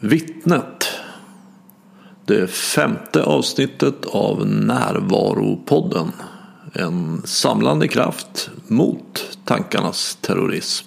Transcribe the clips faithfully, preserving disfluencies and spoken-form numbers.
Vittnet. Det femte avsnittet av Närvaropodden. En samlande kraft mot tankarnas terrorism.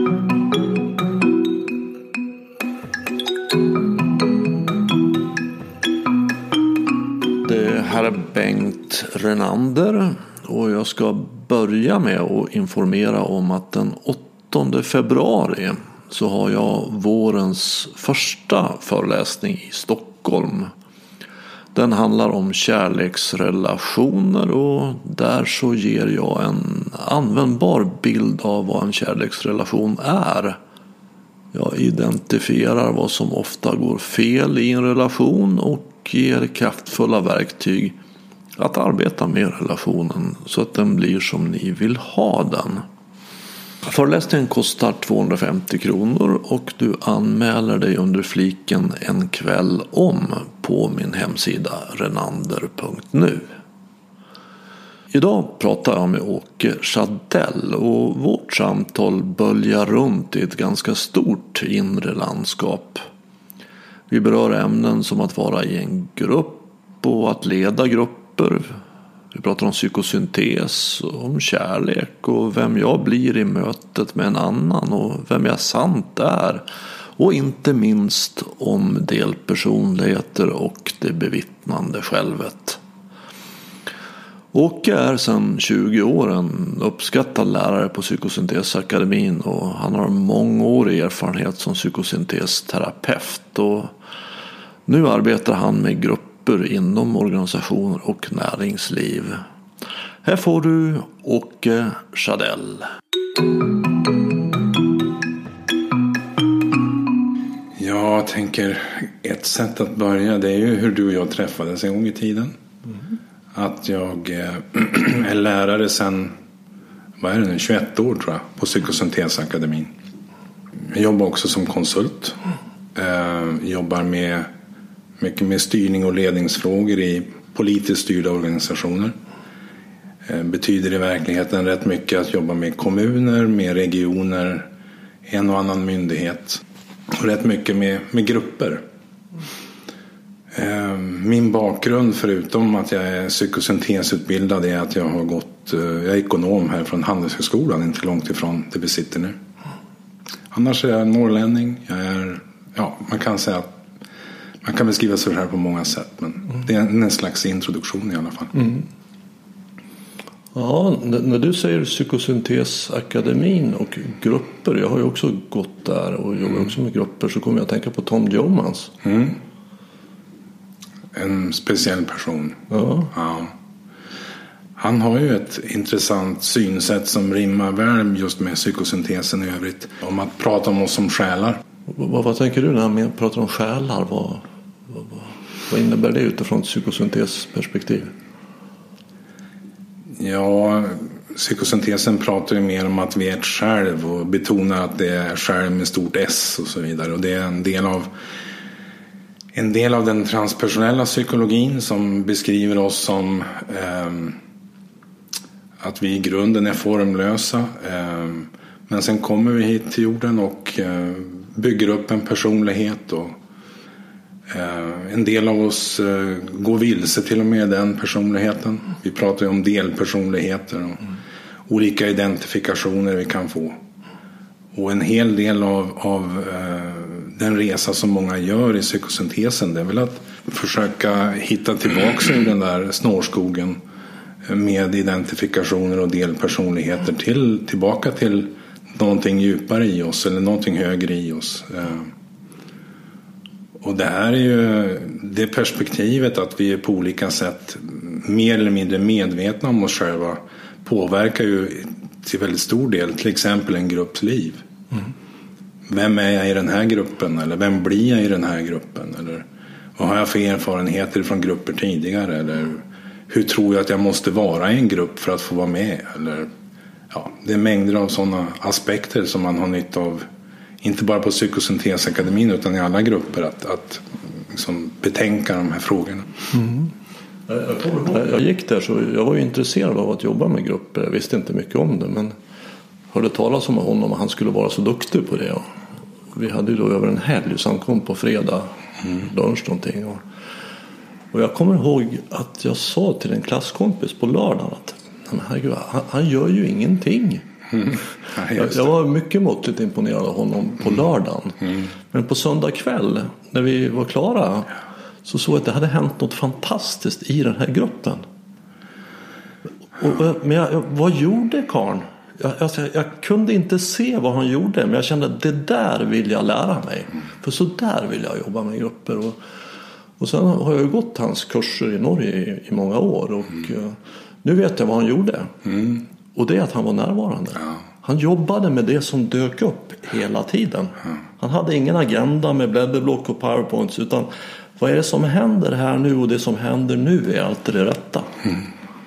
Det här är Bengt Renander och jag ska börja med att informera om att den åttonde februari så har jag vårens första föreläsning i Stockholm. Den handlar om kärleksrelationer och där så ger jag en användbar bild av vad en kärleksrelation är. Jag identifierar vad som ofta går fel i en relation och ger kraftfulla verktyg att arbeta med relationen så att den blir som ni vill ha den. Föreläsningen kostar tvåhundrafemtio kronor och du anmäler dig under fliken en kväll om på min hemsida renander punkt nu. Idag pratar jag med Åke Chadell och vårt samtal böljar runt i ett ganska stort inre landskap. Vi berör ämnen som att vara i en grupp och att leda grupper. Vi pratar om psykosyntes, om kärlek och vem jag blir i mötet med en annan och vem jag sant är. Och inte minst om delpersonligheter och det bevittnande självet. Åke är sedan tjugo år en uppskattad lärare på Psykosyntesakademin och han har mångårig erfarenhet som psykosyntesterapeut och nu arbetar han med grupper inom organisationer och näringsliv. Här får du Åke Chadell. Jag tänker ett sätt att börja, det är ju hur du och jag träffades en gång i tiden. Mm. Att jag är lärare sedan, vad är det nu, tjugoett år tror jag, på Psykosyntesakademin. Jag jobbar också som konsult. Jag jobbar med mycket med styrning och ledningsfrågor i politiskt styrda organisationer. Betyder i verkligheten rätt mycket att jobba med kommuner, med regioner, en och annan myndighet. Och rätt mycket med, med grupper. Min bakgrund, förutom att jag är psykosyntesutbildad, är att jag har gått, jag är ekonom här från Handelshögskolan, inte långt ifrån det vi sitter nu. Annars är jag norrlänning. Jag är, ja, man kan säga att man kan beskriva så här på många sätt, men mm. det är en, en slags introduktion i alla fall. Mm. Ja, n- när du säger Psykosyntesakademin och grupper, jag har ju också gått där och jobbar mm. också med grupper, så kommer jag att tänka på Tom Jomans. Mm. En speciell person. Ja. Ja. Han har ju ett intressant synsätt som rimmar väl just med psykosyntesen i övrigt, om att prata om oss som själar. Vad, vad tänker du när man pratar om själar? Vad, vad, vad innebär det utifrån ett psykosyntesperspektiv? Ja, psykosyntesen pratar ju mer om att vi är ett själv och betonar att det är själv med stort S och så vidare. Och det är en del av, en del av den transpersonella psykologin som beskriver oss som eh, att vi i grunden är formlösa. Eh, men sen kommer vi hit till jorden och eh, bygger upp en personlighet och eh, en del av oss eh, går vilse till och med den personligheten. Vi pratar ju om delpersonligheter och mm. olika identifikationer vi kan få. Och en hel del av, av eh, den resa som många gör i psykosyntesen, det är väl att försöka hitta tillbaka i den där snårskogen med identifikationer och delpersonligheter till, tillbaka till någonting djupare i oss eller någonting högre i oss. Och det här är ju det perspektivet att vi är på olika sätt mer eller mindre medvetna om oss själva, påverkar ju till väldigt stor del till exempel en grupps liv. Mm. Vem är jag i den här gruppen? Eller vem blir jag i den här gruppen? Eller vad har jag för erfarenheter från grupper tidigare? Eller hur tror jag att jag måste vara i en grupp för att få vara med? Eller ja, det är mängder av sådana aspekter som man har nytta av, inte bara på Psykosyntesakademin utan i alla grupper, att, att liksom betänka de här frågorna. Mm. Jag, jag gick där, så jag var ju intresserad av att jobba med grupper. Jag visste inte mycket om det, men hörde talas om honom och han skulle vara så duktig på det. vi hade ju då över en helg så han kom på fredag mm. lunch någonting. Och, och jag kommer ihåg att jag sa till en klasskompis på lördagen att men herregud, han, han gör ju ingenting. Mm. Ja, jag, jag var mycket måttligt imponerad av honom på lördagen. Mm. Men på söndag kväll när vi var klara så såg jag att det hade hänt något fantastiskt i den här gruppen. Och, men jag, vad gjorde Karn? Jag, jag, jag kunde inte se vad han gjorde, men jag kände att det där vill jag lära mig. För så där vill jag jobba med grupper. Och, och sen har jag ju gått hans kurser i Norge i, i många år. Och mm. nu vet jag vad han gjorde. Mm. Och det är att han var närvarande. Ja. Han jobbade med det som dök upp hela tiden. Ja. Han hade ingen agenda med blädderblock och powerpoints. Utan vad är det som händer här nu, och det som händer nu är alltid det rätta. Mm.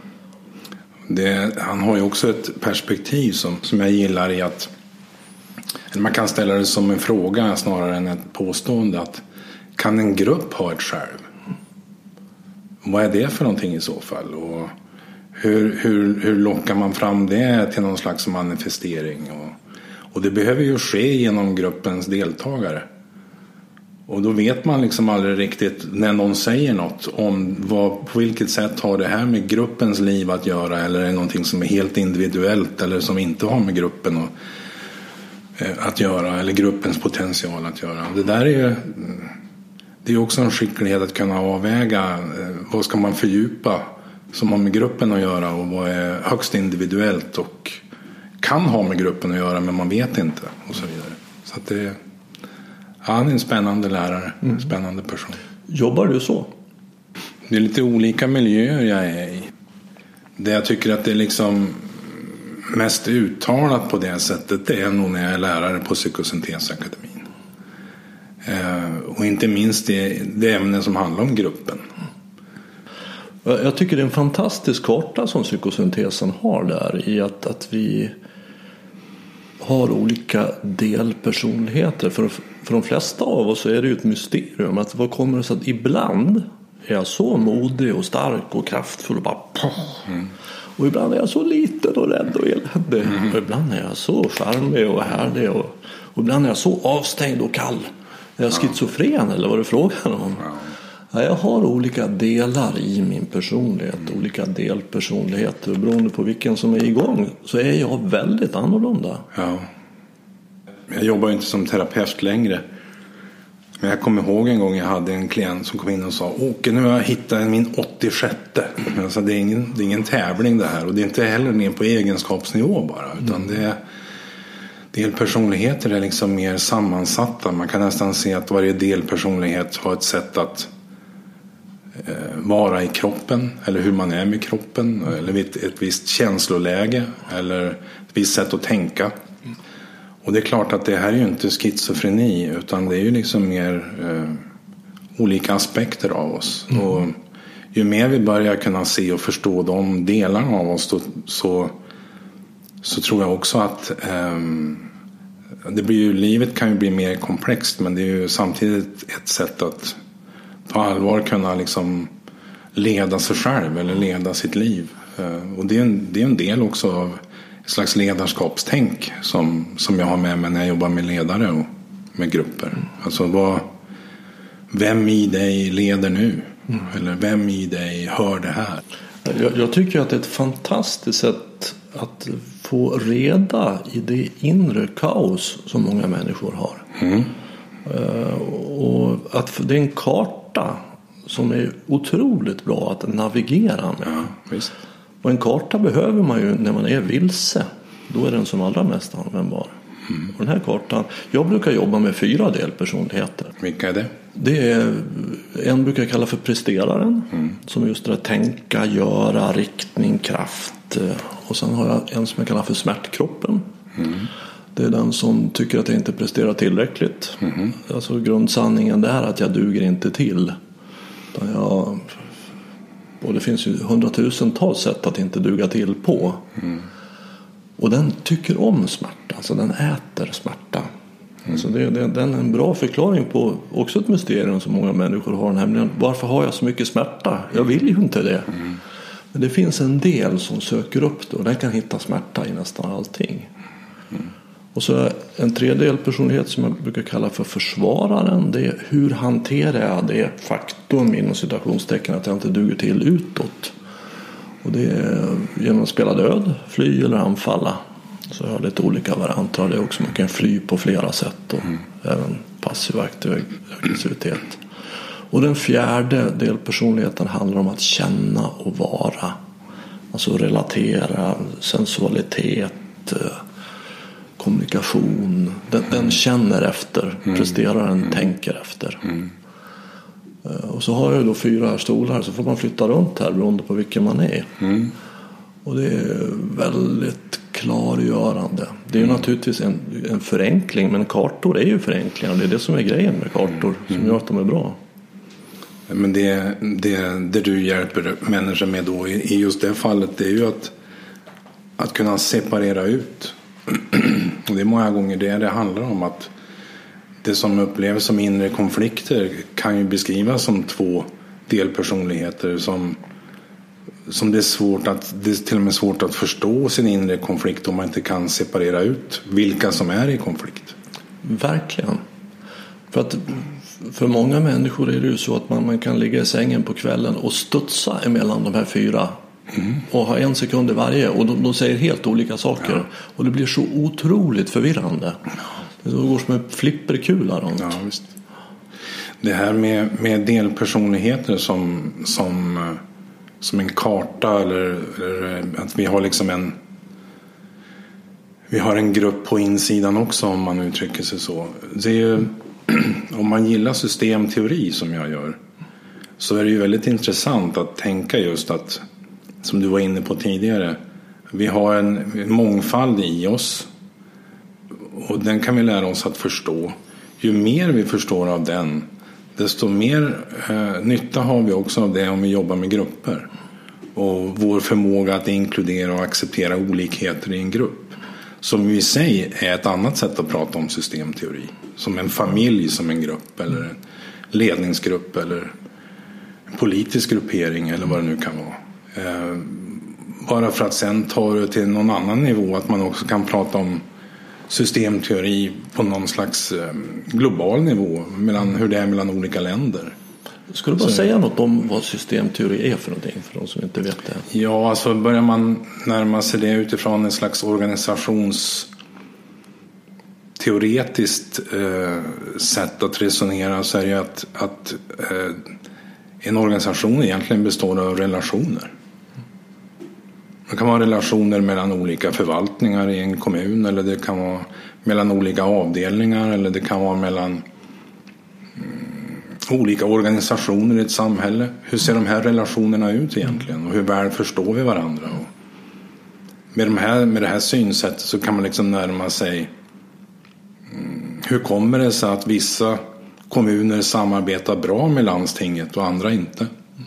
Det, han har ju också ett perspektiv som, som jag gillar i att eller man kan ställa det som en fråga snarare än ett påstående att kan en grupp ha ett själv? Vad är det för någonting i så fall? Och hur, hur, hur lockar man fram det till någon slags manifestering? Och, och det behöver ju ske genom gruppens deltagare. Och då vet man liksom aldrig riktigt när någon säger något om vad, på vilket sätt har det här med gruppens liv att göra, eller är det någonting som är helt individuellt eller som inte har med gruppen att, eh, att göra, eller gruppens potential att göra. Det där är ju det är också en skicklighet att kunna avväga eh, vad ska man fördjupa som har med gruppen att göra och vad är högst individuellt och kan ha med gruppen att göra men man vet inte och så vidare. Så att det Ja, han är en spännande lärare, en mm. spännande person. Jobbar du så? Det är lite olika miljöer jag är i. Det jag tycker att det är liksom mest uttalat på det sättet, det är nog när jag är lärare på Psykosyntesakademin. Eh, och inte minst det, det ämne som handlar om gruppen. Jag tycker det är en fantastisk karta som psykosyntesen har där i att, att vi har olika delpersonligheter. För, för de flesta av oss är det ju ett mysterium att vad kommer det så att ibland är jag så modig och stark och kraftfull och bara mm. och ibland är jag så liten och rädd och eländig mm. och ibland är jag så charmig och härlig och, och ibland är jag så avstängd och kall. Är jag schizofren eller vad är det frågan om? Ja, jag har olika delar i min personlighet, mm. olika delpersonligheter. Beroende på vilken som är igång så är jag väldigt annorlunda. Ja. Jag jobbar inte som terapeut längre. Men jag kommer ihåg en gång jag hade en klient som kom in och sa Åke, nu har jag hittat min åttiosjätte. Men alltså, det, är ingen, det är ingen tävling det här. Och det är inte heller ner på egenskapsnivå bara. Utan mm. det är, delpersonligheter är liksom mer sammansatta. Man kan nästan se att varje delpersonlighet har ett sätt att vara i kroppen eller hur man är med kroppen eller ett, ett visst känsloläge eller ett visst sätt att tänka. Och det är klart att det här är ju inte schizofreni utan det är ju liksom mer eh, olika aspekter av oss. Mm. Och ju mer vi börjar kunna se och förstå de delarna av oss då, så, så tror jag också att eh, det blir ju, livet kan ju bli mer komplext men det är ju samtidigt ett sätt att på allvar kunna liksom leda sig själv eller leda sitt liv. Och det är en, det är en del också av ett slags ledarskapstänk som, som jag har med mig när jag jobbar med ledare och med grupper. Alltså vad, vem i dig leder nu? Mm. Eller vem i dig hör det här? Jag, jag tycker att det är ett fantastiskt sätt att få reda i det inre kaos som många människor har. Mm. Och att det är en karta som är otroligt bra att navigera med. Ja, visst. Och en karta behöver man ju när man är vilse. Då är den som allra mest användbar. Mm. Och den här kartan, jag brukar jobba med fyra delpersonligheter. Vilka är det? Det är en brukar jag kalla för presteraren. Mm. Som just det där tänka, göra, riktning, kraft. Och sen har jag en som jag kallar för smärtkroppen. Mm. Det är den som tycker att jag inte presterar tillräckligt. Mm. Alltså grundsanningen det är att jag duger inte till. Jag, och det finns ju hundratusentals sätt att inte duga till på. Mm. Och den tycker om smärta. Alltså den äter smärta. Mm. Alltså det, det, den är en bra förklaring på också ett mysterium som många människor har. Nämligen varför har jag så mycket smärta? Jag vill ju inte det. Mm. Men det finns en del som söker upp det. Och den kan hitta smärta i nästan allting. Mm. Och så en tredje delpersonlighet som jag brukar kalla för försvararen. Det är hur hanterar jag det faktum inom citationstecken att jag inte duger till utåt. Och det är genom att spela död, fly eller anfalla. Så jag har lite olika varianter av det också. Man kan fly på flera sätt och mm. även passiv aktiv aggressivitet. Och den fjärde delpersonligheten handlar om att känna och vara. Alltså relatera, sensualitet, kommunikation. Den, den känner efter, mm. presterar en, mm. tänker efter. Mm. Och så har jag då fyra stolar, så får man flytta runt här beroende på vilken man är. Mm. Och det är väldigt klargörande. Det är ju mm. naturligtvis en, en förenkling, men kartor är ju förenklingar. Det är det som är grejen med kartor, som mm. gör att de är bra. Men det, det, det du hjälper människor med då i just det fallet, det är ju att, att kunna separera ut. Och det är många gånger det det handlar om, att det som upplevs som inre konflikter kan ju beskrivas som två delpersonligheter som, som det är svårt att, det är till och med svårt att förstå sin inre konflikt om man inte kan separera ut vilka som är i konflikt. Verkligen. För att för många människor är det ju så att man, man kan ligga i sängen på kvällen och studsa emellan de här fyra mm. och ha en sekund i varje, och de, de säger helt olika saker. Ja. Och det blir så otroligt förvirrande. Det går som en flipperkula runt. Ja, visst. Det här med, med delpersonligheter som, som, som en karta, eller, eller att vi har liksom en vi har en grupp på insidan också, om man uttrycker sig så. Det är ju, om man gillar systemteori som jag gör, så är det ju väldigt intressant att tänka just att, som du var inne på tidigare, vi har en mångfald i oss och den kan vi lära oss att förstå. Ju mer vi förstår av den, desto mer eh, nytta har vi också av det om vi jobbar med grupper. Och vår förmåga att inkludera och acceptera olikheter i en grupp, som i sig är ett annat sätt att prata om systemteori. Som en familj, som en grupp, eller en ledningsgrupp, eller en politisk gruppering, eller vad det nu kan vara. Eh, bara för att sen ta det till någon annan nivå, att man också kan prata om systemteori på någon slags eh, global nivå, mellan hur det är mellan olika länder. Skulle du bara så, säga något om vad systemteori är för någonting, för de som inte vet det? Ja, alltså börjar man närma sig det utifrån en slags organisationsteoretiskt eh, sätt att resonera, så är det att, att eh, en organisation egentligen består av relationer. Det kan vara relationer mellan olika förvaltningar i en kommun, eller det kan vara mellan olika avdelningar, eller det kan vara mellan mm, olika organisationer i ett samhälle. Hur ser de här relationerna ut egentligen, och hur väl förstår vi varandra? Och med, de här, med det här synsättet så kan man liksom närma sig mm, hur kommer det sig att vissa kommuner samarbetar bra med landstinget och andra inte?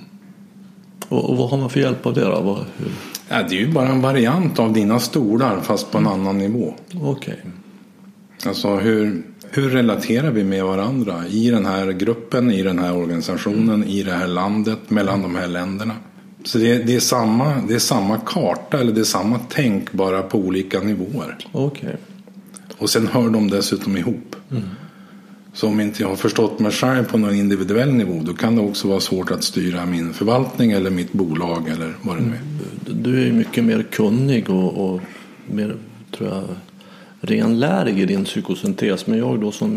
Och, och vad har man för hjälp av det då? Vad, hur? Ja, det är ju bara en variant av dina stolar, fast på en mm. annan nivå. Okej. Okay. Alltså hur, hur relaterar vi med varandra i den här gruppen, i den här organisationen, mm. i det här landet, mellan de här länderna? Så det, det, är samma, det är samma karta, eller det är samma tänk, bara på olika nivåer. Okej. Okay. Och sen hör de dessutom ihop. Mm. Så om inte jag har förstått mig själv på någon individuell nivå, då kan det också vara svårt att styra min förvaltning eller mitt bolag eller vad det nu är. Du är mycket mer kunnig och, och mer, tror jag, renlärig i din psykosyntes. Men jag då som,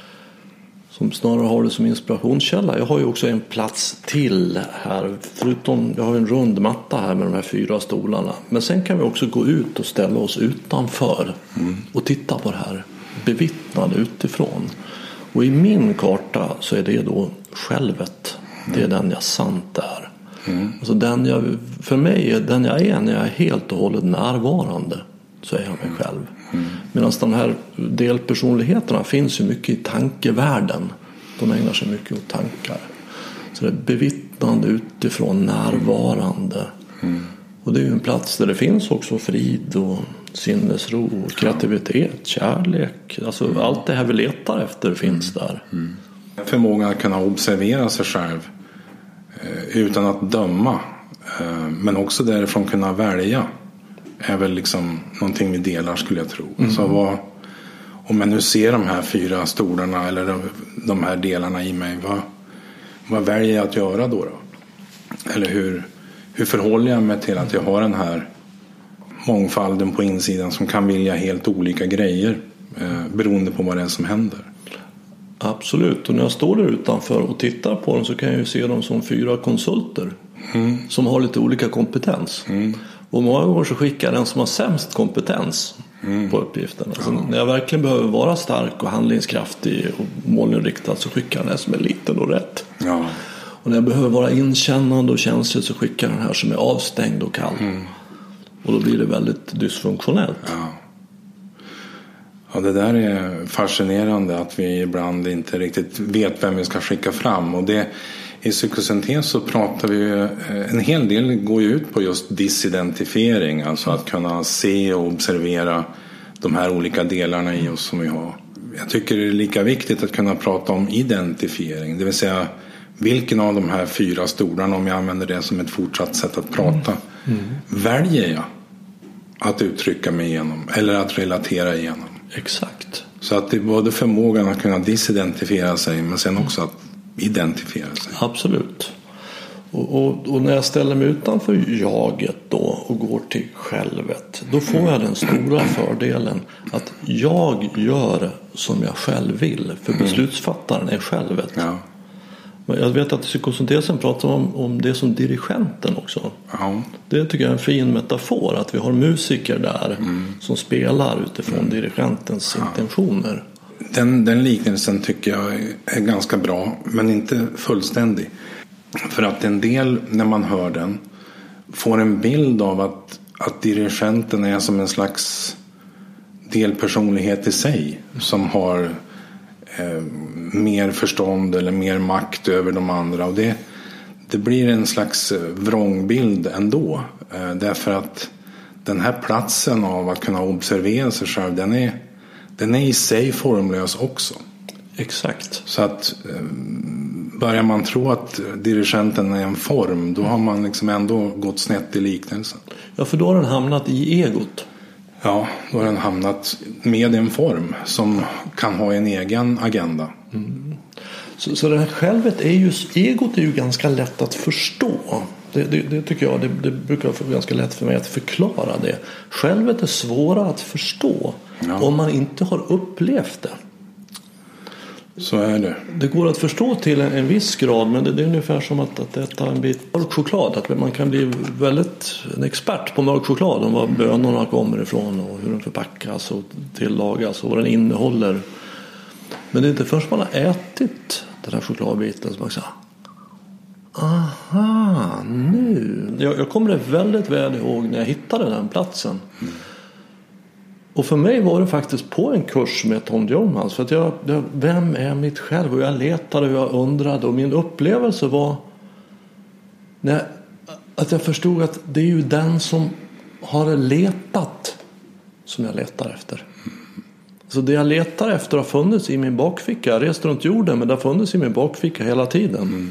som snarare har det som inspirationskälla. Jag har ju också en plats till här. Förutom, jag har en rund matta här med de här fyra stolarna. Men sen kan vi också gå ut och ställa oss utanför mm. och titta på det här. Bevittnade utifrån. Och i min karta så är det då självet. Det är den jag sant är. Mm. Alltså den jag, för mig, den jag är när jag är helt och hållet närvarande, så är jag mig själv. Mm. Medan de här delpersonligheterna finns ju mycket i tankevärlden. De ägnar sig mycket åt tankar. Så det är bevittnande utifrån, närvarande. Mm. Och det är ju en plats där det finns också frid och sinnesro, kreativitet, kärlek. Alltså mm. allt det här vi letar efter finns mm. där. Mm. Förmågan att kunna observera sig själv eh, utan att döma, eh, men också därifrån kunna välja, är väl liksom någonting vi delar, skulle jag tro. Mm. Så vad, om jag nu ser de här fyra stolarna eller de, de här delarna i mig, vad, vad väljer jag att göra då, då? Eller hur, hur förhåller jag mig till att jag har den här mångfalden på insidan som kan vilja helt olika grejer eh, beroende på vad det är som händer? Absolut, och när jag står där utanför och tittar på dem så kan jag ju se dem som fyra konsulter mm. som har lite olika kompetens. Mm. Och många gånger så skickar jag den som har sämst kompetens mm. på uppgiften. Alltså, ja. När jag verkligen behöver vara stark och handlingskraftig och målinriktad så skickar jag den som är liten och rätt. Ja. Och när jag behöver vara inkännande och känslig så skickar jag den här som är avstängd och kall. Mm. Och då blir det väldigt dysfunktionellt. Ja. Ja, det där är fascinerande att vi ibland inte riktigt vet vem vi ska skicka fram. Och det, i psykosyntes så pratar vi, en hel del går ju ut på just disidentifiering. Alltså att kunna se och observera de här olika delarna i oss som vi har. Jag tycker det är lika viktigt att kunna prata om identifiering. Det vill säga vilken av de här fyra stolarna, om jag använder det som ett fortsatt sätt att prata, mm. Mm. väljer jag att uttrycka mig igenom eller att relatera igenom. Exakt. Så att det är både förmågan att kunna disidentifiera sig men sen också att identifiera sig. Absolut. Och, och, och när jag ställer mig utanför jaget då och går till självet, då får jag den stora fördelen att jag gör som jag själv vill. För beslutsfattaren är självet. Ja. Jag vet att psykosyntesen pratar om, om det som dirigenten också. Ja. Det tycker jag är en fin metafor. Att vi har musiker där mm. som spelar utifrån mm. dirigentens ja. intentioner. Den, den liknelsen tycker jag är ganska bra, men inte fullständig. För att en del, när man hör den, får en bild av att, att dirigenten är som en slags delpersonlighet i sig. Som har eh, mer förstånd eller mer makt över de andra. Och det, det blir en slags vrångbild ändå. Eh, därför att den här platsen av att kunna observera sig själv, den är, den är i sig formlös också. Exakt. Så att eh, börjar man tro att dirigenten är en form, då har man liksom ändå gått snett i liknelsen. Ja, för då har den hamnat i egot. Ja, då har den hamnat med en form som kan ha en egen agenda. Mm. Så, så det här självet är ju, egot är ju ganska lätt att förstå. Det, det, det tycker jag, det, det brukar vara ganska lätt för mig att förklara det. Självet är svårare att förstå ja. om man inte har upplevt det. Så är det. Det går att förstå till en, en viss grad, men det, det är ungefär som att, att äta en bit mörk choklad. Att man kan bli väldigt en expert på mörk choklad, om var bönorna kommer ifrån och hur den förpackas och tillagas och vad den innehåller. Men det är inte först man har ätit den här chokladbiten som man säger, aha, nu. Jag, jag kommer det väldigt väl ihåg när jag hittade den platsen. Mm. Och för mig var det faktiskt på en kurs med Tom Jones. För att jag, jag, vem är mitt själv? Och jag letade och jag undrade. Och min upplevelse var när, att jag förstod att det är ju den som har letat som jag letar efter. Så det jag letar efter har funnits i min bakficka. Jag reste runt jorden, men det har funnits i min bakficka hela tiden. Mm.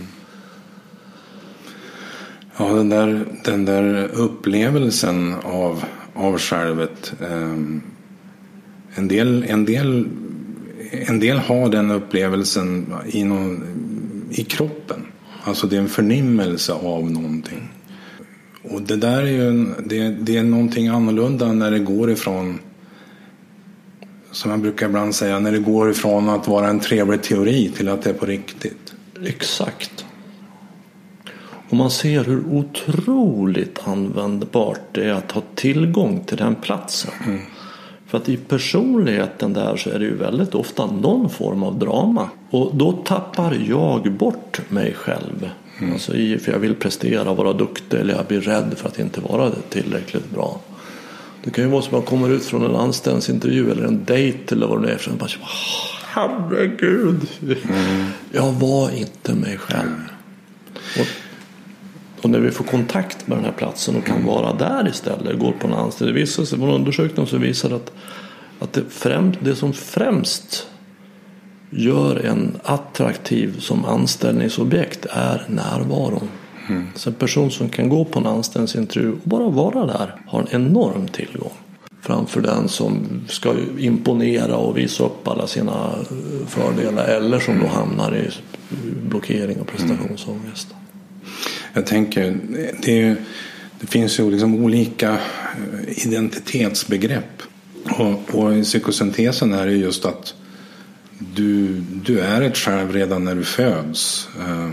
Ja, den där, den där upplevelsen av, av självet. Eh, en, del, en, del, en del har den upplevelsen i, någon, i kroppen. Alltså det är en förnimmelse av någonting. Och det där är ju en, det, det är någonting annorlunda när det går ifrån, som jag brukar ibland säga, när det går ifrån att vara en trevlig teori till att det är på riktigt. Exakt. Och man ser hur otroligt användbart det är att ha tillgång till den platsen. Mm. För att i personligheten där så är det ju väldigt ofta någon form av drama. Och då tappar jag bort mig själv. Mm. Alltså i, för jag vill prestera, vara duktig, eller jag blir rädd för att inte vara tillräckligt bra. Det kan ju vara som att man kommer ut från en anställningsintervju eller en dejt eller vad det är. Så man bara, herregud, mm. jag var inte mig själv. Och, och när vi får kontakt med den här platsen och kan mm. vara där istället, går på en anställning. Det visar sig, på en undersökning som visar att, att det, främst, det som främst gör en attraktiv som anställningsobjekt är närvaron. Mm. Så en person som kan gå på en anställningsintervju och bara vara där har en enorm tillgång. framför den som ska imponera och visa upp alla sina fördelar eller som då hamnar i blockering och prestationsångest. Jag tänker, det, är ju, det finns ju liksom olika identitetsbegrepp och, och i psykosyntesen är det just att du, du är ett själv redan när du föds.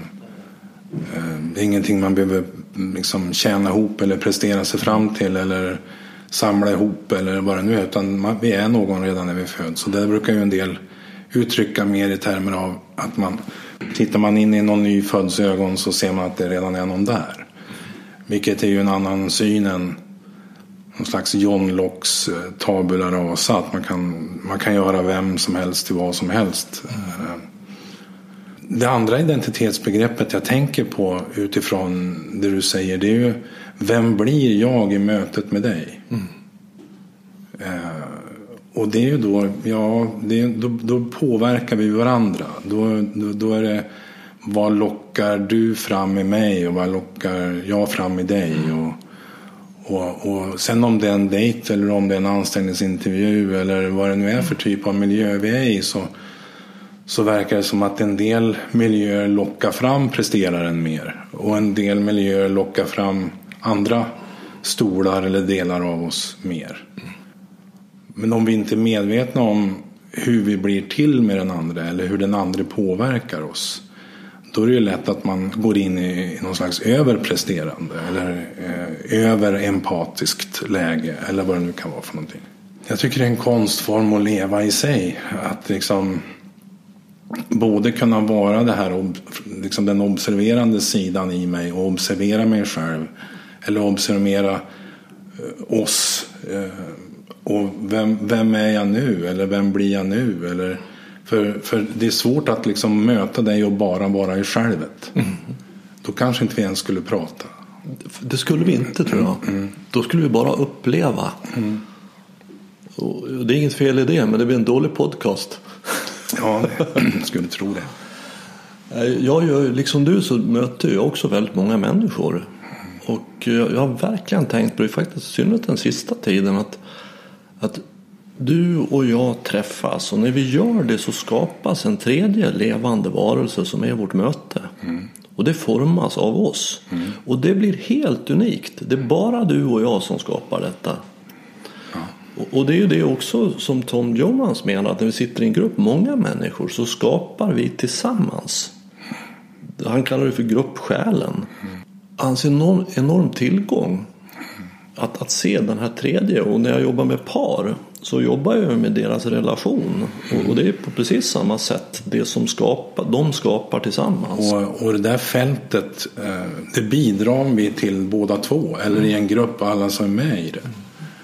Det är ingenting man behöver liksom tjäna ihop eller prestera sig fram till eller samla ihop eller vad det nu är, utan man, vi är någon redan när vi föds. Så det brukar ju en del uttrycka mer i termer av att man tittar man in i någon ny föds ögon så ser man att det redan är någon där. Vilket är ju en annan syn än någon slags John Lockes tabula rasa, att man kan, man kan göra vem som helst till vad som helst. Det andra identitetsbegreppet jag tänker på utifrån det du säger, det är ju vem blir jag i mötet med dig? Mm. Eh, och det är ju då, ja, det, då, då påverkar vi varandra. Då, då, då är det, vad lockar du fram i mig och vad lockar jag fram i dig? Och, och, och sen om det är en dejt eller om det är en anställningsintervju eller vad det nu är för typ av miljö vi är i, så så verkar det som att en del miljöer lockar fram presteraren mer och en del miljöer lockar fram andra stolar eller delar av oss mer. Men om vi inte är medvetna om hur vi blir till med den andra eller hur den andra påverkar oss, då är det ju lätt att man går in i någon slags överpresterande eller eh, överempatiskt läge eller vad det nu kan vara för någonting. Jag tycker det är en konstform att leva i sig, att liksom både kunna vara det här, liksom den observerande sidan i mig och observera mig själv eller observera oss och vem, vem är jag nu eller vem blir jag nu eller, för, för det är svårt att liksom möta dig och bara vara i självet. Mm. Då kanske inte vi ens skulle prata. Det skulle vi inte, tror jag. Mm. Då skulle vi bara uppleva. Mm. Och det är inget fel i det, men det blir en dålig podcast. Ja, jag skulle tro det. Jag gör, liksom du, så möter jag också väldigt många människor. Och jag har verkligen tänkt på det, faktiskt synnerhet den sista tiden, att, att du och jag träffas, och när vi gör det så skapas en tredje levande varelse som är vårt möte. Mm. Och det formas av oss. Mm. Och det blir helt unikt. Det är bara du och jag som skapar detta. Och det är ju det också som Tom Johans menar, att när vi sitter i en grupp, många människor, så skapar vi tillsammans. Han kallar det för gruppsjälen. Han ser enorm, enorm tillgång att, att se den här tredje. Och när jag jobbar med par så jobbar jag med deras relation. Och, och det är på precis samma sätt det som skapar, de skapar tillsammans. Och, och det där fältet, det bidrar vi till båda två. Eller i en grupp, alla som är med i det.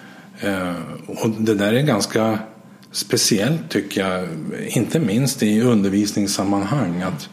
Och det där är ganska speciellt, tycker jag, inte minst i undervisningssammanhang, att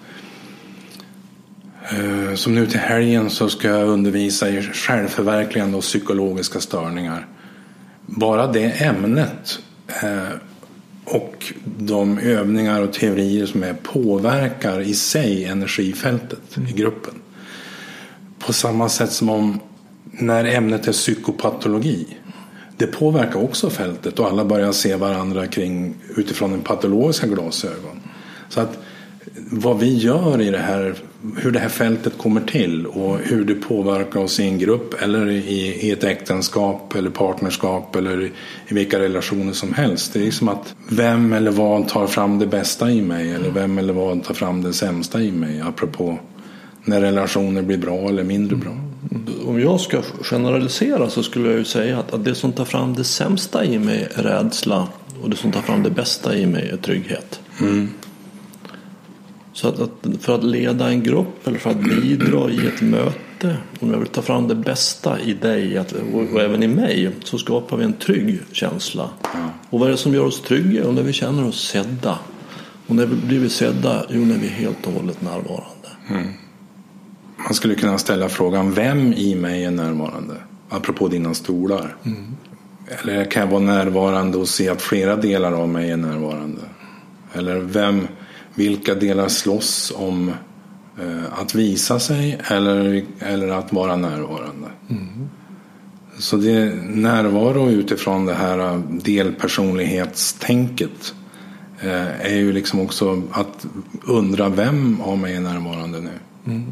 som nu till helgen så ska jag undervisa i självförverkligande och psykologiska störningar. Bara det ämnet och de övningar och teorier som är påverkar i sig energifältet i gruppen. På samma sätt som om när ämnet är psykopatologi, det påverkar också fältet och alla börjar se varandra kring utifrån en patologiska glasögon. Så att vad vi gör i det här, hur det här fältet kommer till och hur det påverkar oss i en grupp eller i, i ett äktenskap eller partnerskap eller i, i vilka relationer som helst. Det är som att vem eller vad tar fram det bästa i mig eller vem eller vad tar fram det sämsta i mig, apropå när relationer blir bra eller mindre bra. Om jag ska generalisera så skulle jag ju säga att, att det som tar fram det sämsta i mig är rädsla och det som tar fram det bästa i mig är trygghet. Mm. Så att, att för att leda en grupp eller för att bidra i ett möte, om jag vill ta fram det bästa i dig att, och, och även i mig, så skapar vi en trygg känsla. Mm. Och vad är det som gör oss trygga? Och när vi känner oss sedda. Och när vi blir sedda, jo, när vi är helt och hållet närvarande. Mm. Man skulle kunna ställa frågan, vem i mig är närvarande? Apropå dina stolar. Mm. Eller kan jag vara närvarande och se att flera delar av mig är närvarande? Eller vem, vilka delar slåss om eh, att visa sig eller, eller att vara närvarande? Mm. Så det är närvaro utifrån det här delpersonlighetstänket eh, är ju liksom också att undra vem av mig är närvarande nu. Mm.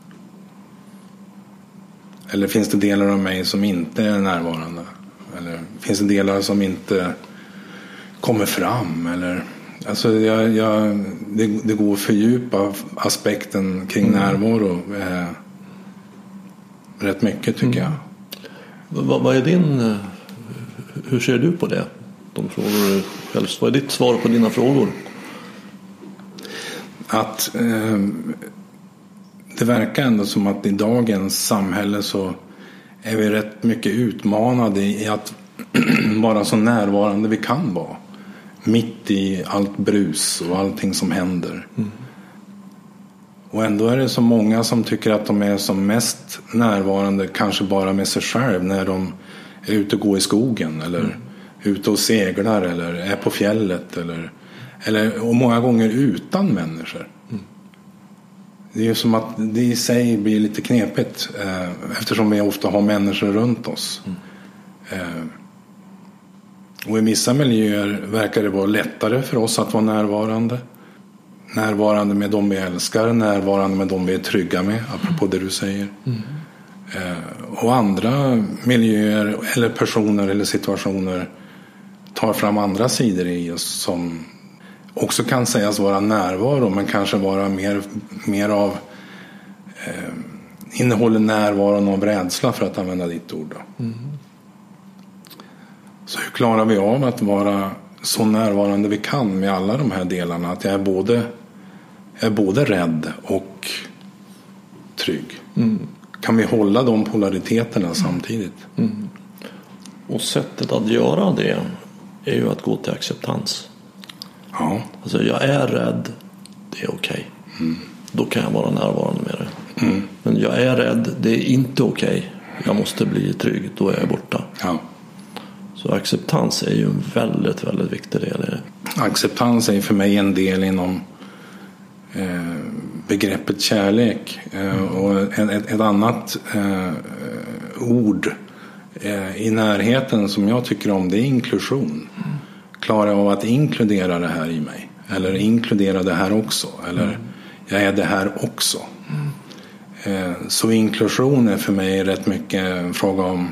Eller finns det delar av mig som inte är närvarande? Eller finns det delar som inte kommer fram? Eller, alltså jag, jag, det, det går att fördjupa aspekten kring mm. närvaro eh, rätt mycket tycker mm. jag. Vad, vad är din, hur ser du på det? De frågor du själv, vad är ditt svar på dina frågor? Att eh, det verkar ändå som att i dagens samhälle så är vi rätt mycket utmanade i att vara så närvarande vi kan vara. Mitt i allt brus och allting som händer. Mm. Och ändå är det så många som tycker att de är som mest närvarande kanske bara med sig själv när de är ute och går i skogen eller mm. ute och seglar eller är på fjället eller, eller och många gånger utan människor. Mm. Det är ju som att det i sig blir lite knepigt eh, eftersom vi ofta har människor runt oss. Mm. Eh, och i vissa miljöer verkar det vara lättare för oss att vara närvarande. Närvarande med dem vi älskar, närvarande med dem vi är trygga med, apropå det du säger. Mm. Eh, och andra miljöer eller personer eller situationer tar fram andra sidor i oss som också kan sägas vara närvaro, men kanske vara mer, mer av eh, innehåller närvaron av rädsla, för att använda ditt ord då. Mm. Så hur klarar vi av att vara så närvarande vi kan med alla de här delarna, att jag är både, är både rädd och trygg? Mm. Kan vi hålla de polariteterna mm. samtidigt? Mm. Och sättet att göra det är ju att gå till acceptans. Ja. Alltså jag är rädd, det är okej. Okay. Mm. Då kan jag vara närvarande med det. Mm. Men jag är rädd, det är inte okej. Okay. Jag måste bli trygg, då är jag borta. Ja. Så acceptans är ju en väldigt, väldigt viktig del i det. Acceptans är för mig en del inom eh, begreppet kärlek. Eh, och ett, ett annat eh, ord eh, i närheten som jag tycker om, det är inklusion. Mm. Klarar jag av att inkludera det här i mig? Eller inkludera det här också? Eller mm. jag är det här också? Mm. Eh, så inklusion är för mig rätt mycket en fråga om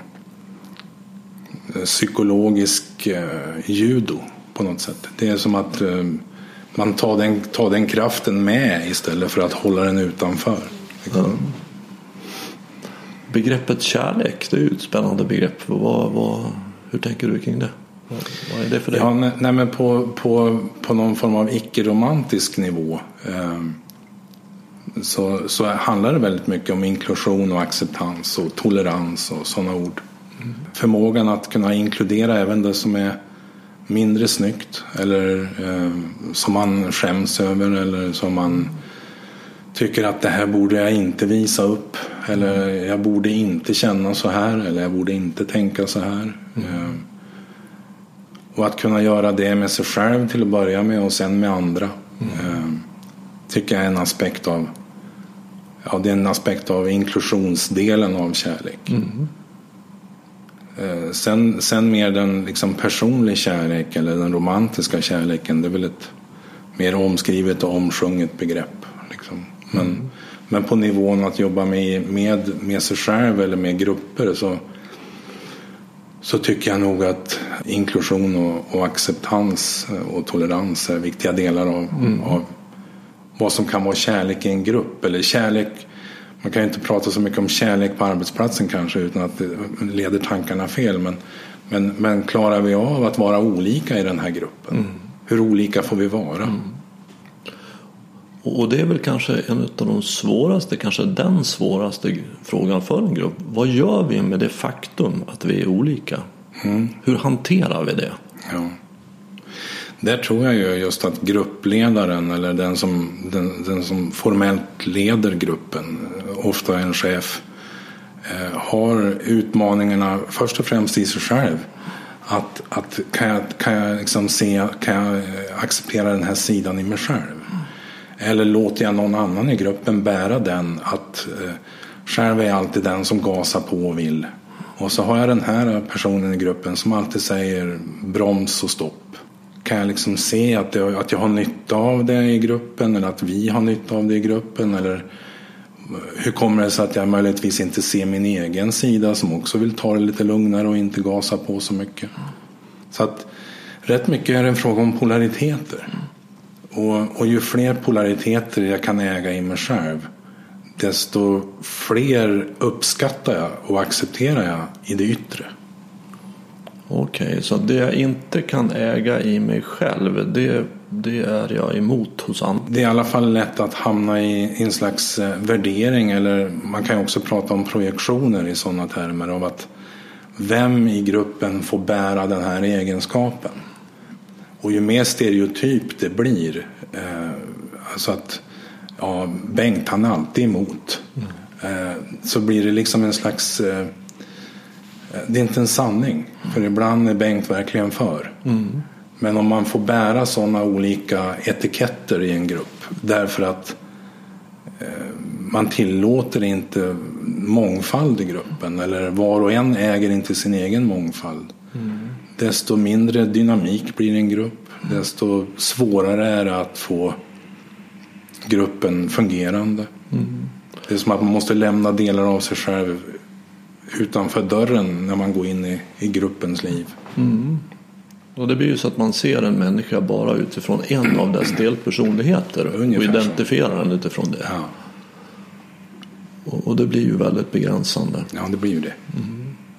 psykologisk eh, judo på något sätt. Det är som att eh, man tar den, tar den kraften med istället för att hålla den utanför. Mm. Begreppet kärlek, det är ju ett spännande begrepp. Vad, vad, hur tänker du kring det? Vad, vad är det för dig? Ja, nej, nej, men på, på, på någon form av icke-romantisk nivå eh, så, så handlar det väldigt mycket om inklusion och acceptans och tolerans och sådana ord. Mm. Förmågan att kunna inkludera även det som är mindre snyggt eller eh, som man skäms över eller som man tycker att det här borde jag inte visa upp, eller jag borde inte känna så här, eller jag borde inte tänka så här. Mm. Eh, och att kunna göra det med sig själv till att börja med och sen med andra. Mm. Eh, tycker jag är en aspekt av ja, det är en aspekt av inklusionsdelen av kärlek. Mm. Sen, sen mer den liksom personlig kärlek eller den romantiska kärleken, det är väl ett mer omskrivet och omsjunget begrepp liksom. Men, mm. men på nivån att jobba med, med, med sig själv eller med grupper så, så tycker jag nog att inklusion och, och acceptans och tolerans är viktiga delar av, mm. av vad som kan vara kärlek i en grupp. Eller kärlek, man kan ju inte prata så mycket om kärlek på arbetsplatsen kanske utan att det leder tankarna fel. Men, men, men klarar vi av att vara olika i den här gruppen? Mm. Hur olika får vi vara? Mm. Och det är väl kanske en av de svåraste, kanske den svåraste frågan för en grupp. Vad gör vi med det faktum att vi är olika? Mm. Hur hanterar vi det? Ja. Där tror jag ju just att gruppledaren eller den som, den, den som formellt leder gruppen, ofta en chef, eh, har utmaningarna först och främst i sig själv. Att, att kan jag, kan jag liksom se, kan jag acceptera den här sidan i mig själv? Eller låter jag någon annan i gruppen bära den, att eh, själv är alltid den som gasar på och vill. Och så har jag den här personen i gruppen som alltid säger broms och stopp. Kan jag liksom se att jag, att jag har nytta av det i gruppen, eller att vi har nytta av det i gruppen, eller hur kommer det sig att jag möjligtvis inte ser min egen sida som också vill ta det lite lugnare och inte gasa på så mycket. Så att rätt mycket är en fråga om polariteter. Och, och ju fler polariteter jag kan äga i mig själv, desto fler uppskattar jag och accepterar jag i det yttre. Okej, okay, så det jag inte kan äga i mig själv, det, det är jag emot hos andra. Det är i alla fall lätt att hamna i en slags värdering, eller man kan ju också prata om projektioner i sådana termer av att vem i gruppen får bära den här egenskapen. Och ju mer stereotyp det blir, eh, alltså att ja, Bengt han är alltid emot, mm. eh, så blir det liksom en slags eh, det är inte en sanning, för ibland är Bengt verkligen för. Mm. Men om man får bära sådana olika etiketter i en grupp därför att eh, man tillåter inte mångfald i gruppen, eller var och en äger inte sin egen mångfald, mm. desto mindre dynamik blir en grupp, desto svårare är det att få gruppen fungerande. Mm. Det är som att man måste lämna delar av sig själv utanför dörren när man går in i, i gruppens liv. Mm. Och det blir ju så att man ser en människa bara utifrån en av dess delpersonligheter och identifierar den utifrån det. Ja. Och, och det blir ju väldigt begränsande. Ja, det blir ju det. Mm.